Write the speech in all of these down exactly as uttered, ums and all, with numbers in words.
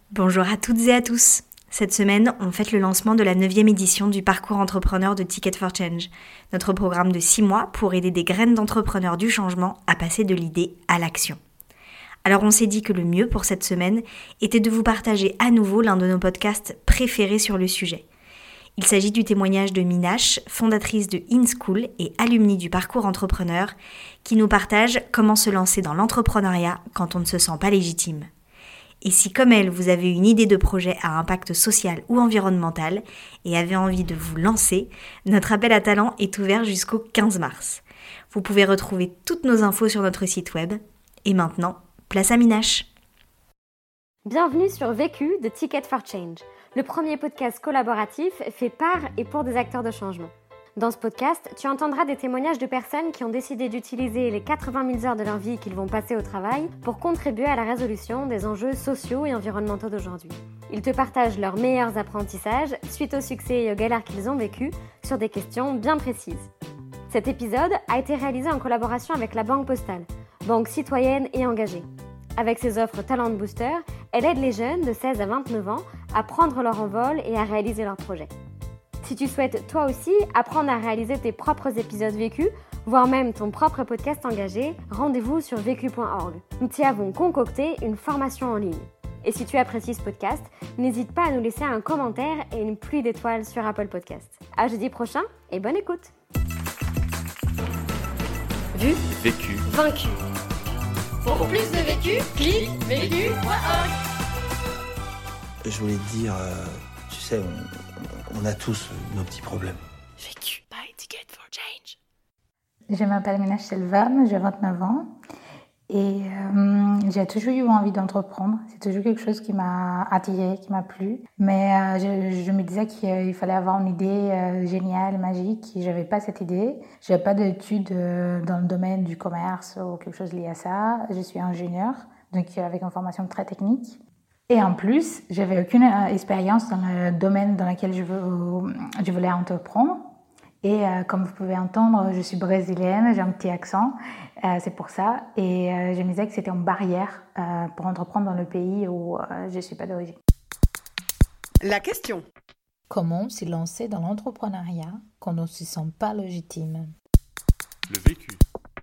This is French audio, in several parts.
Bonjour à toutes et à tous. Cette semaine, on fête le lancement de la neuvième édition du Parcours Entrepreneur de Ticket for Change, notre programme de six mois pour aider des graines d'entrepreneurs du changement à passer de l'idée à l'action. Alors on s'est dit que le mieux pour cette semaine était de vous partager à nouveau l'un de nos podcasts préférés sur le sujet. Il s'agit du témoignage de Minash, fondatrice de InSchool et alumni du Parcours Entrepreneur, qui nous partage comment se lancer dans l'entrepreneuriat quand on ne se sent pas légitime. Et si, comme elle, vous avez une idée de projet à impact social ou environnemental et avez envie de vous lancer, notre appel à talents est ouvert jusqu'au quinze mars. Vous pouvez retrouver toutes nos infos sur notre site web. Et maintenant, place à Minash. Bienvenue sur Vécu de Ticket for Change, le premier podcast collaboratif fait par et pour des acteurs de changement. Dans ce podcast, tu entendras des témoignages de personnes qui ont décidé d'utiliser les quatre-vingt mille heures de leur vie qu'ils vont passer au travail pour contribuer à la résolution des enjeux sociaux et environnementaux d'aujourd'hui. Ils te partagent leurs meilleurs apprentissages suite aux succès et aux galères qu'ils ont vécus sur des questions bien précises. Cet épisode a été réalisé en collaboration avec la Banque Postale, banque citoyenne et engagée. Avec ses offres Talent Booster, elle aide les jeunes de seize à vingt-neuf ans à prendre leur envol et à réaliser leurs projets. Si tu souhaites toi aussi apprendre à réaliser tes propres épisodes vécus, voire même ton propre podcast engagé, rendez-vous sur vécu point org. Nous t'y avons concocté une formation en ligne. Et si tu apprécies ce podcast, n'hésite pas à nous laisser un commentaire et une pluie d'étoiles sur Apple Podcasts. À jeudi prochain et bonne écoute. Vu, vécu, vaincu. Pour plus de vécu, clique vécu point org. Je voulais te dire, euh, tu sais, on, on a tous nos petits problèmes. Vécu by Ticket for Change. Je m'appelle Minash Selvam, j'ai vingt-neuf ans et euh, j'ai toujours eu envie d'entreprendre. C'est toujours quelque chose qui m'a attirée, qui m'a plu. Mais euh, je, je me disais qu'il fallait avoir une idée euh, géniale, magique. Et j'avais pas cette idée. J'avais pas d'études euh, dans le domaine du commerce ou quelque chose lié à ça. Je suis ingénieure, donc avec une formation très technique. Et en plus, j'avais aucune euh, expérience dans le domaine dans lequel je, veux, je voulais entreprendre. Et euh, comme vous pouvez entendre, je suis brésilienne, j'ai un petit accent, euh, c'est pour ça. Et euh, je me disais que c'était une barrière euh, pour entreprendre dans le pays où euh, je ne suis pas d'origine. La question. Comment se lancer dans l'entrepreneuriat quand on ne se sent pas légitime? Le vécu.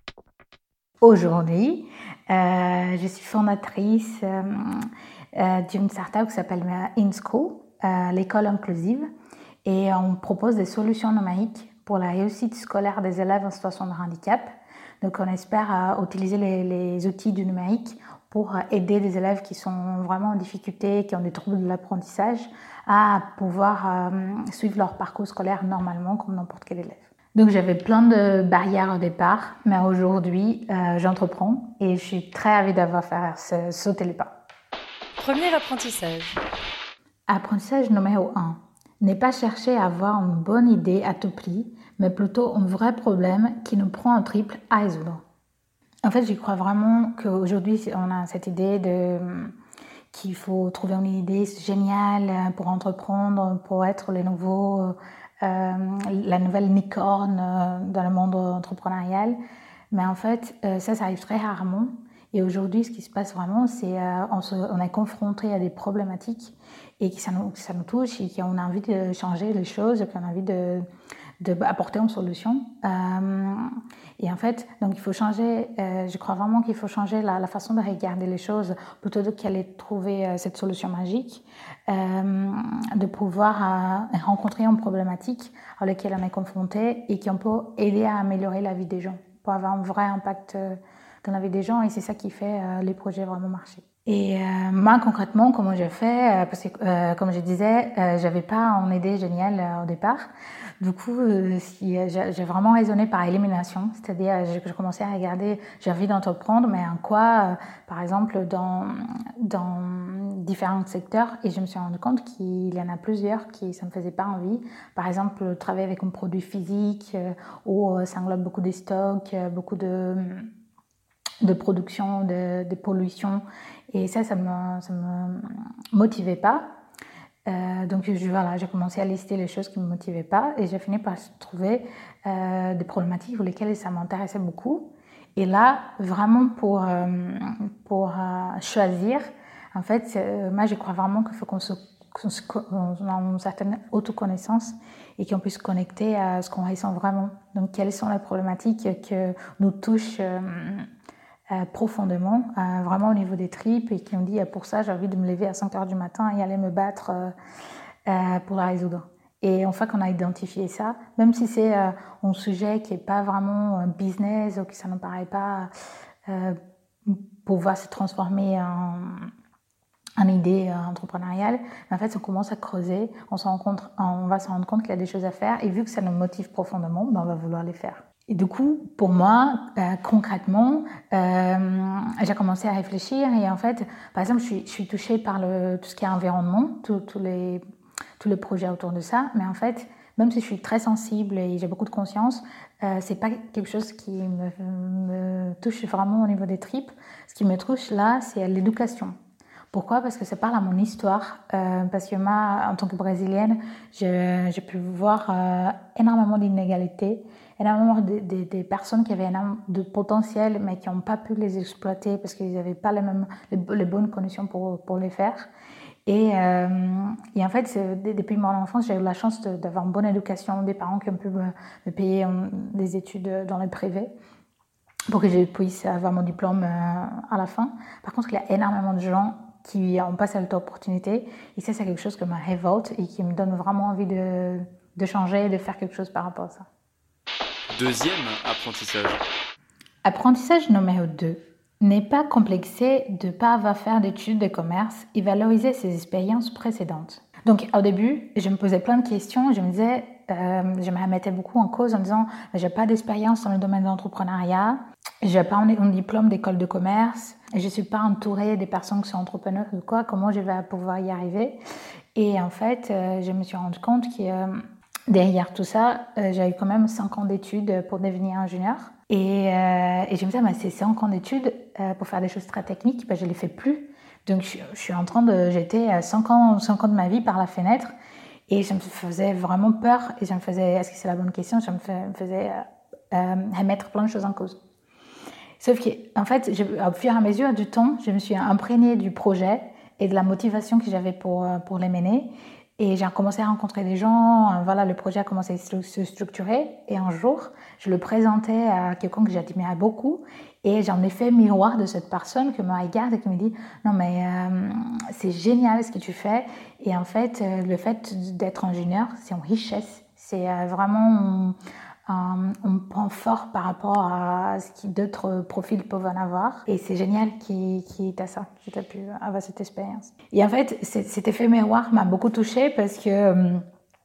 Aujourd'hui, euh, je suis fondatrice euh, euh, d'une start-up qui s'appelle InSchool, euh, l'école inclusive. Et on propose des solutions numériques pour la réussite scolaire des élèves en situation de handicap. Donc on espère euh, utiliser les, les outils du numérique pour euh, aider des élèves qui sont vraiment en difficulté, qui ont des troubles de l'apprentissage, à pouvoir euh, suivre leur parcours scolaire normalement comme n'importe quel élève. Donc j'avais plein de barrières au départ, mais aujourd'hui euh, j'entreprends et je suis très ravie d'avoir fait sauter les pas. Premier apprentissage. Apprentissage numéro un. Ne pas chercher à avoir une bonne idée à tout prix, mais plutôt un vrai problème qui nous prend en triple à résoudre. En fait, j'y crois vraiment qu'aujourd'hui, on a cette idée de, qu'il faut trouver une idée géniale pour entreprendre, pour être les nouveaux, euh, la nouvelle licorne dans le monde entrepreneurial. Mais en fait, ça, ça arrive très rarement. Et aujourd'hui, ce qui se passe vraiment, c'est qu'on euh, on est confronté à des problématiques et que ça nous, ça nous touche et qu'on a envie de changer les choses, qu'on a envie de, de apporter une solution. Euh, et en fait, donc il faut changer. Euh, je crois vraiment qu'il faut changer la, la façon de regarder les choses plutôt que d'aller trouver euh, cette solution magique, euh, de pouvoir euh, rencontrer une problématique à laquelle on est confronté et qu'on peut aider à améliorer la vie des gens pour avoir un vrai impact. Euh, dans la vie des gens et c'est ça qui fait euh, les projets vraiment marcher. Et euh, moi concrètement comment j'ai fait euh, parce que euh, comme je disais euh, j'avais pas une idée géniale euh, au départ. Du coup euh, si, euh, j'ai, j'ai vraiment raisonné par élimination, c'est-à-dire euh, j'ai, j'ai commencé à regarder, j'ai envie d'entreprendre mais en quoi euh, par exemple dans, dans différents secteurs et je me suis rendu compte qu'il y en a plusieurs qui ça me faisait pas envie. Par exemple travailler avec un produit physique euh, où euh, ça englobe beaucoup de stocks, euh, beaucoup de de production, de, de pollution. Et ça, ça ne me, ça me motivait pas. Euh, donc je, voilà, j'ai commencé à lister les choses qui ne me motivaient pas et j'ai fini par trouver euh, des problématiques pour lesquelles ça m'intéressait beaucoup. Et là, vraiment pour, euh, pour euh, choisir, En fait, euh, moi, je crois vraiment qu'il faut qu'on se qu'on se, qu'on a une certaine autoconnaissance et qu'on puisse se connecter à ce qu'on ressent vraiment. Donc, quelles sont les problématiques qui nous touchent euh, euh, profondément, euh, vraiment au niveau des tripes, et qui nous dit, pour ça, j'ai envie de me lever à cinq heures du matin et aller me battre euh, euh, pour la résoudre. Et une fois qu'on a identifié ça, même si c'est euh, un sujet qui n'est pas vraiment un business ou que ça ne paraît pas euh, pouvoir se transformer en une idée euh, entrepreneuriale, mais en fait, si on commence à creuser, on, se rend compte, on va se rendre compte qu'il y a des choses à faire, et vu que ça nous motive profondément, ben, on va vouloir les faire. Et du coup, pour moi, euh, concrètement, euh, j'ai commencé à réfléchir, et en fait, par exemple, je suis, je suis touchée par le, tout ce qui est environnement, tous les, tous les projets autour de ça, mais en fait, même si je suis très sensible et j'ai beaucoup de conscience, euh, c'est pas quelque chose qui me, me touche vraiment au niveau des tripes. Ce qui me touche là, c'est l'éducation. Pourquoi ? Parce que ça parle à mon histoire, euh, parce que moi, en tant que Brésilienne, j'ai pu voir euh, énormément d'inégalités, énormément de, de, de personnes qui avaient énormément de potentiel, mais qui n'ont pas pu les exploiter parce qu'ils n'avaient pas les, mêmes, les, les bonnes conditions pour, pour les faire. Et, euh, et en fait, depuis mon enfance, j'ai eu la chance d'avoir une bonne éducation, des parents qui ont pu me, me payer um, des études dans le privé pour que je puisse avoir mon diplôme euh, à la fin. Par contre, il y a énormément de gens qui ont pas cette opportunité. Et ça, c'est quelque chose qui me révolte et qui me donne vraiment envie de, de changer, de faire quelque chose par rapport à ça. Deuxième apprentissage. Apprentissage numéro deux. N'est pas complexé de ne pas avoir fait d'études de commerce et valoriser ses expériences précédentes. Donc, au début, je me posais plein de questions. Je me disais, euh, je me remettais beaucoup en cause en disant, j'ai pas d'expérience dans le domaine de l'entrepreneuriat, j'ai pas un, un diplôme d'école de commerce, et je suis pas entourée des personnes qui sont entrepreneurs ou quoi. Comment je vais pouvoir y arriver ? Et en fait, euh, je me suis rendu compte que euh, derrière tout ça, euh, j'ai eu quand même cinq ans d'études pour devenir ingénieur. Et, euh, et je me disais, bah, ces cinq ans d'études euh, pour faire des choses très techniques, bah, je ne les fais plus. Donc, je, je suis en train de jeter cinq ans, cinq ans de ma vie par la fenêtre. Et je me faisais vraiment peur. Et je me faisais, est-ce que c'est la bonne question ? Je me, fais, me faisais euh, euh, remettre plein de choses en cause. Sauf qu'en fait, je, au fur et à mesure du temps, je me suis imprégnée du projet et de la motivation que j'avais pour, pour les mener. Et j'ai commencé à rencontrer des gens, voilà, le projet a commencé à se structurer. Et un jour, je le présentais à quelqu'un que j'admirais beaucoup. Et j'en ai fait miroir de cette personne qui me regarde et qui me dit « Non, mais euh, c'est génial ce que tu fais. » Et en fait, euh, le fait d'être ingénieur, c'est une richesse. C'est euh, vraiment un, un point fort par rapport à ce que d'autres profils peuvent en avoir. Et c'est génial qu'il qu t'as ça, que tu as pu avoir cette expérience. Et en fait, cet effet miroir m'a beaucoup touchée parce que euh,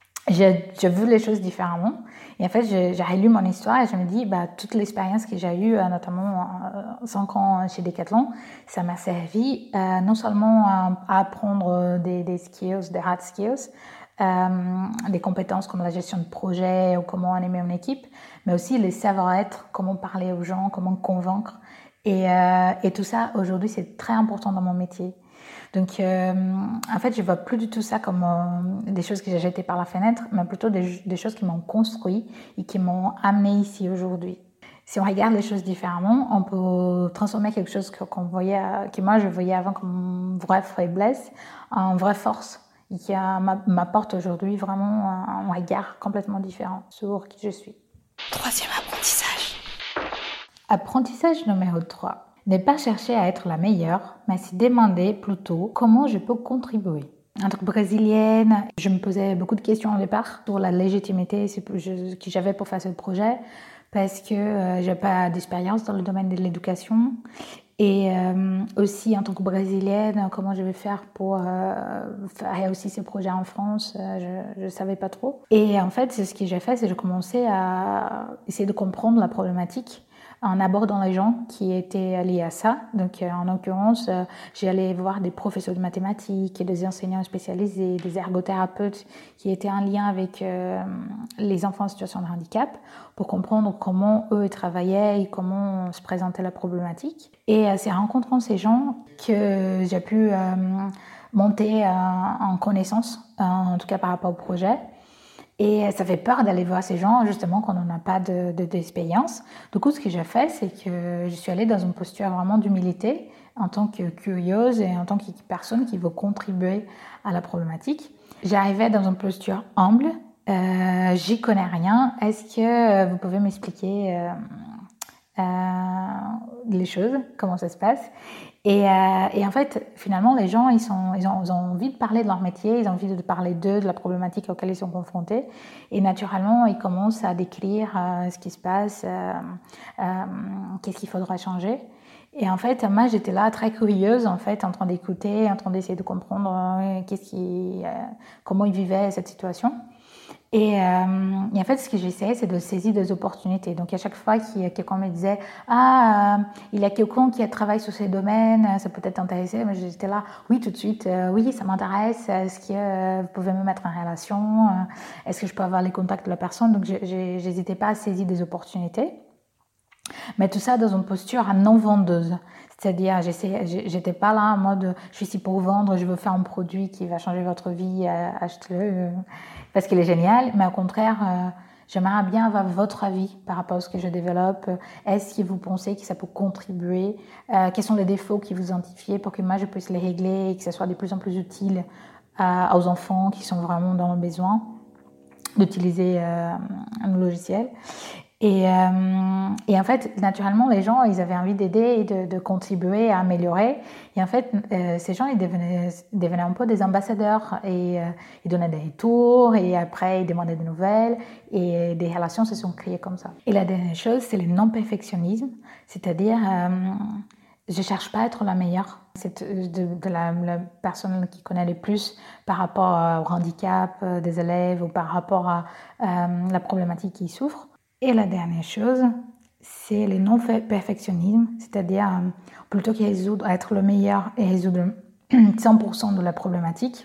j'ai vu les choses différemment. Et en fait, j'ai relu mon histoire et je me dis, bah, toute l'expérience que j'ai eue, notamment euh, cinq ans chez Decathlon, ça m'a servi euh, non seulement à, à apprendre des, des skills, des hard skills, euh, des compétences comme la gestion de projet ou comment animer une équipe, mais aussi les savoir-être, comment parler aux gens, comment convaincre. Et, euh, et tout ça, aujourd'hui, c'est très important dans mon métier. Donc, euh, en fait, je ne vois plus du tout ça comme euh, des choses que j'ai jetées par la fenêtre, mais plutôt des, des choses qui m'ont construit et qui m'ont amené ici aujourd'hui. Si on regarde les choses différemment, on peut transformer quelque chose que, qu'on voyait, que moi je voyais avant comme une vraie faiblesse en vraie force et qui m'apporte aujourd'hui vraiment un, un regard complètement différent sur qui je suis. Troisième apprentissage. Apprentissage numéro trois. Ne pas chercher à être la meilleure, mais se demander plutôt comment je peux contribuer. En tant que brésilienne, je me posais beaucoup de questions au départ sur la légitimité que j'avais pour faire ce projet, parce que euh, je n'ai pas d'expérience dans le domaine de l'éducation. Et euh, aussi, en tant que brésilienne, comment je vais faire pour euh, faire aussi ce projet en France, euh, je ne savais pas trop. Et en fait, ce que j'ai fait, c'est que j'ai commencé à essayer de comprendre la problématique en abordant les gens qui étaient liés à ça. Donc, euh, en l'occurrence, euh, j'allais voir des professeurs de mathématiques, des enseignants spécialisés, des ergothérapeutes qui étaient en lien avec euh, les enfants en situation de handicap pour comprendre comment eux travaillaient et comment se présentait la problématique. Et euh, c'est en rencontrant ces gens que j'ai pu euh, monter euh, en connaissance, euh, en tout cas par rapport au projet. Et ça fait peur d'aller voir ces gens, justement, quand on n'a pas de, de, d'expérience. Du coup, ce que j'ai fait, c'est que je suis allée dans une posture vraiment d'humilité, en tant que curieuse et en tant que personne qui veut contribuer à la problématique. J'arrivais dans une posture humble. Euh, j'y connais rien. Est-ce que vous pouvez m'expliquer euh, euh, les choses, comment ça se passe? Et, euh, et en fait, finalement, les gens, ils, sont, ils, ont, ils ont envie de parler de leur métier, ils ont envie de parler d'eux, de la problématique auquel ils sont confrontés. Et naturellement, ils commencent à décrire euh, ce qui se passe, euh, euh, qu'est-ce qu'il faudra changer. Et en fait, moi, j'étais là très curieuse, en fait, en train d'écouter, en train d'essayer de comprendre euh, qu'est-ce qui, euh, comment ils vivaient cette situation. Et, euh, et en fait, ce que j'essayais, c'est de saisir des opportunités. Donc, à chaque fois qu'il y a quelqu'un me disait « Ah, euh, il y a quelqu'un qui travaille sur ces domaines, ça peut être intéressé. » Mais j'étais là « Oui, tout de suite. Euh, oui, ça m'intéresse. Est-ce que euh, vous pouvez me mettre en relation? Est-ce que je peux avoir les contacts de la personne ?» Donc, j'hésitais pas à saisir des opportunités. Mais tout ça dans une posture à non-vendeuse. C'est-à-dire, j'étais pas là en mode « Je suis ici pour vendre, je veux faire un produit qui va changer votre vie, achetez-le. » Parce qu'il est génial, mais au contraire, euh, j'aimerais bien avoir votre avis par rapport à ce que je développe. Est-ce que vous pensez que ça peut contribuer? euh, Quels sont les défauts que vous identifiez pour que moi je puisse les régler et que ça soit de plus en plus utile euh, aux enfants qui sont vraiment dans le besoin d'utiliser euh, un logiciel? Et, euh, et en fait, naturellement, les gens, ils avaient envie d'aider et de, de contribuer à améliorer. Et en fait, euh, ces gens, ils devenaient, devenaient un peu des ambassadeurs. Et euh, ils donnaient des tours et après, ils demandaient des nouvelles. Et des relations se sont créées comme ça. Et la dernière chose, c'est le non-perfectionnisme. C'est-à-dire, euh, je ne cherche pas à être la meilleure. C'est de, de la, la personne qui connaît le plus par rapport au handicap des élèves ou par rapport à euh, la problématique qu'ils souffrent. Et la dernière chose, c'est le non-perfectionnisme, c'est-à-dire euh, plutôt que résoudre, être le meilleur et résoudre cent pour cent de la problématique,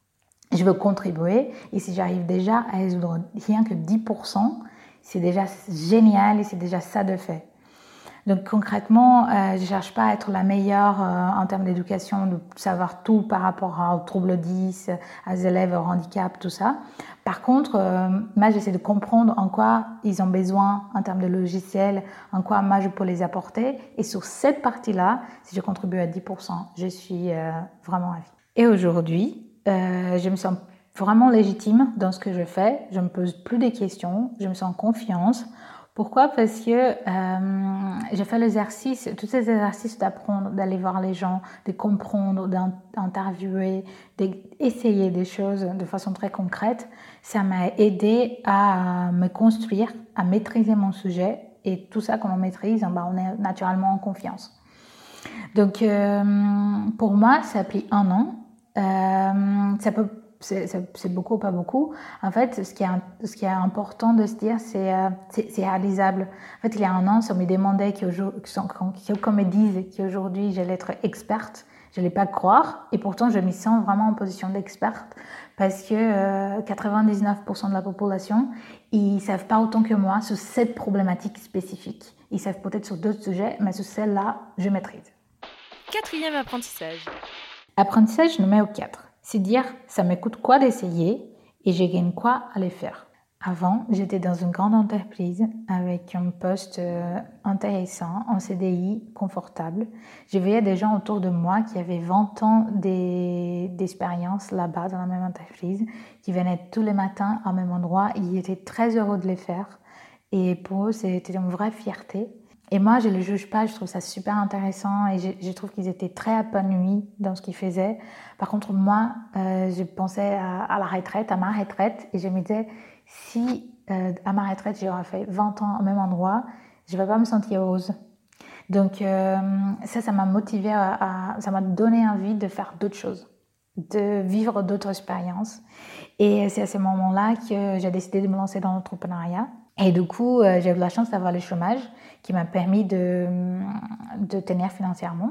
je veux contribuer. Et si j'arrive déjà à résoudre rien que dix pour cent, c'est déjà génial et c'est déjà ça de fait. Donc concrètement, euh, je ne cherche pas à être la meilleure euh, en termes d'éducation, de savoir tout par rapport aux troubles dix, aux élèves, au handicap, tout ça. Par contre, euh, moi j'essaie de comprendre en quoi ils ont besoin en termes de logiciels, en quoi moi je peux les apporter. Et sur cette partie-là, si je contribue à dix pour cent, je suis euh, vraiment ravie. Et aujourd'hui, euh, je me sens vraiment légitime dans ce que je fais. Je ne me pose plus de questions, je me sens en confiance. Pourquoi? Parce que euh, j'ai fait l'exercice, tous ces exercices d'apprendre, d'aller voir les gens, de comprendre, d'interviewer, d'essayer des choses de façon très concrète. Ça m'a aidé à me construire, à maîtriser mon sujet. Et tout ça, quand on maîtrise, ben, on est naturellement en confiance. Donc, euh, pour moi, ça a pris un an. Euh, ça peut C'est, c'est, c'est beaucoup ou pas beaucoup. En fait, ce qui est, ce qui est important de se dire, c'est, euh, c'est, c'est réalisable. En fait, il y a un an, si on me demandait qu'on me dise qu'aujourd'hui, j'allais être experte, je n'allais pas croire. Et pourtant, je me sens vraiment en position d'experte parce que euh, quatre-vingt-dix-neuf pour cent de la population, ils ne savent pas autant que moi sur cette problématique spécifique. Ils savent peut-être sur d'autres sujets, mais sur celle-là, je maîtrise. Quatrième apprentissage. Apprentissage numéro quatre. C'est dire, ça me coûte quoi d'essayer et je gagne quoi à les faire. Avant, j'étais dans une grande entreprise avec un poste intéressant, en C D I, confortable. Je voyais des gens autour de moi qui avaient vingt ans d'expérience là-bas dans la même entreprise, qui venaient tous les matins au même endroit. Ils étaient très heureux de les faire et pour eux, c'était une vraie fierté. Et moi, je ne les juge pas, je trouve ça super intéressant et je, je trouve qu'ils étaient très épanouis dans ce qu'ils faisaient. Par contre, moi, euh, je pensais à, à la retraite, à ma retraite, et je me disais, si euh, à ma retraite, j'aurais fait vingt ans au même endroit, je ne vais pas me sentir heureuse. Donc euh, ça, ça m'a motivée, à, à, ça m'a donné envie de faire d'autres choses, de vivre d'autres expériences. Et c'est à ce moment-là que j'ai décidé de me lancer dans l'entrepreneuriat. Et du coup, euh, j'ai eu la chance d'avoir le chômage qui m'a permis de, de tenir financièrement.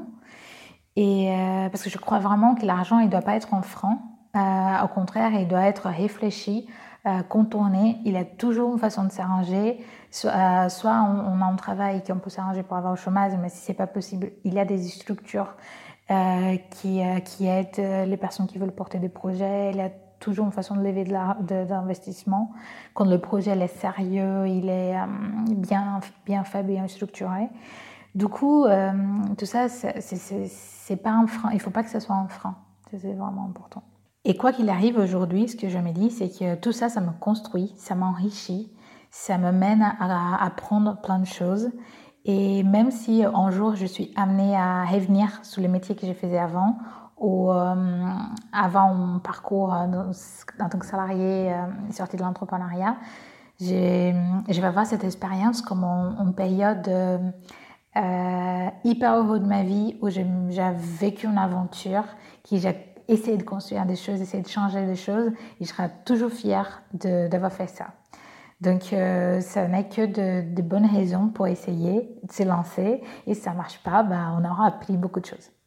Et euh, parce que je crois vraiment que l'argent, il ne doit pas être un frein. Euh, au contraire, il doit être réfléchi, euh, contourné. Il y a toujours une façon de s'arranger. So, euh, soit on, on a un travail qu'on peut s'arranger pour avoir le chômage, mais si ce n'est pas possible, il y a des structures euh, qui, euh, qui aident les personnes qui veulent porter des projets. Il y a toujours une façon de lever de la, de, d'investissement quand le projet il est sérieux, il est euh, bien, bien fait, bien structuré. Du coup, euh, tout ça, c'est, c'est, c'est, c'est pas un frein. Il ne faut pas que ce soit un frein. Ça, c'est vraiment important. Et quoi qu'il arrive aujourd'hui, ce que je me dis, c'est que tout ça, ça me construit, ça m'enrichit, ça me mène à, à apprendre plein de choses. Et même si un jour, je suis amenée à revenir sur les métiers que je faisais avant, ou euh, avant mon parcours euh, en tant que salarié euh, sorti de l'entrepreneuriat, j'ai, je vais avoir cette expérience comme en, en période euh, euh, hyper heureuse de ma vie où j'ai, j'ai vécu une aventure, qui j'ai essayé de construire des choses, essayé de changer des choses, et je serai toujours fière de, d'avoir fait ça. Donc, euh, ça n'est que de, de bonnes raisons pour essayer de se lancer, et si ça ne marche pas, bah, on aura appris beaucoup de choses.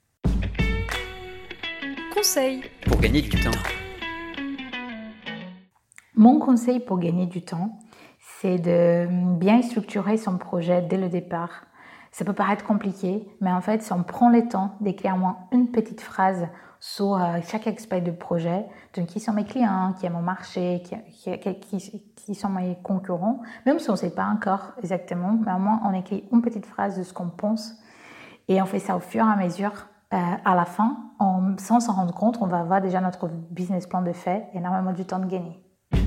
Conseil pour gagner du temps. Mon conseil pour gagner du temps, c'est de bien structurer son projet dès le départ. Ça peut paraître compliqué, mais en fait, si on prend le temps d'écrire au moins une petite phrase sur euh, chaque aspect du projet, donc qui sont mes clients, qui est mon marché, qui, qui, qui, qui sont mes concurrents, même si on ne sait pas encore exactement, mais au moins on écrit une petite phrase de ce qu'on pense, et on fait ça au fur et à mesure. Euh, à la fin, on, sans s'en rendre compte, on va avoir déjà notre business plan de fait, énormément du temps de gagner.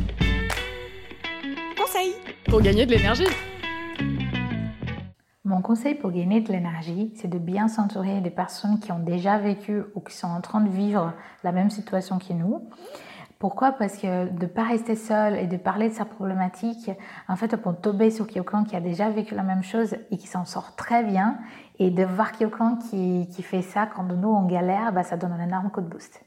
Conseil pour gagner de l'énergie. Mon conseil pour gagner de l'énergie, c'est de bien s'entourer des personnes qui ont déjà vécu ou qui sont en train de vivre la même situation que nous. Pourquoi ? Parce que de ne pas rester seul et de parler de sa problématique, en fait, on peut tomber sur quelqu'un qui a déjà vécu la même chose et qui s'en sort très bien. Et de voir quelqu'un qui, qui fait ça quand nous, on galère, bah, ça donne un énorme coup de boost.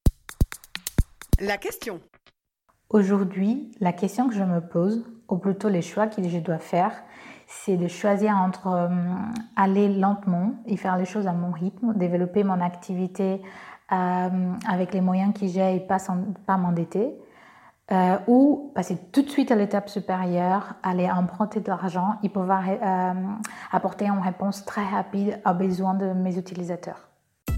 La question. Aujourd'hui, la question que je me pose, ou plutôt les choix que je dois faire, c'est de choisir entre euh, aller lentement et faire les choses à mon rythme, développer mon activité euh, avec les moyens que j'ai et pas, sans, pas m'endetter, euh, ou passer tout de suite à l'étape supérieure, aller emprunter de l'argent et pouvoir euh, apporter une réponse très rapide aux besoins de mes utilisateurs.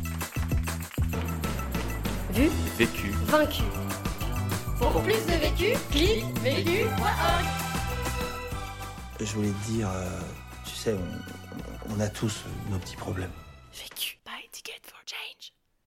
Vu, Vécu, vaincu. Pour plus de vécu, clique vécu point org. Je voulais te dire, euh, tu sais, on, on a tous nos petits problèmes. Vécu by Ticket for Change.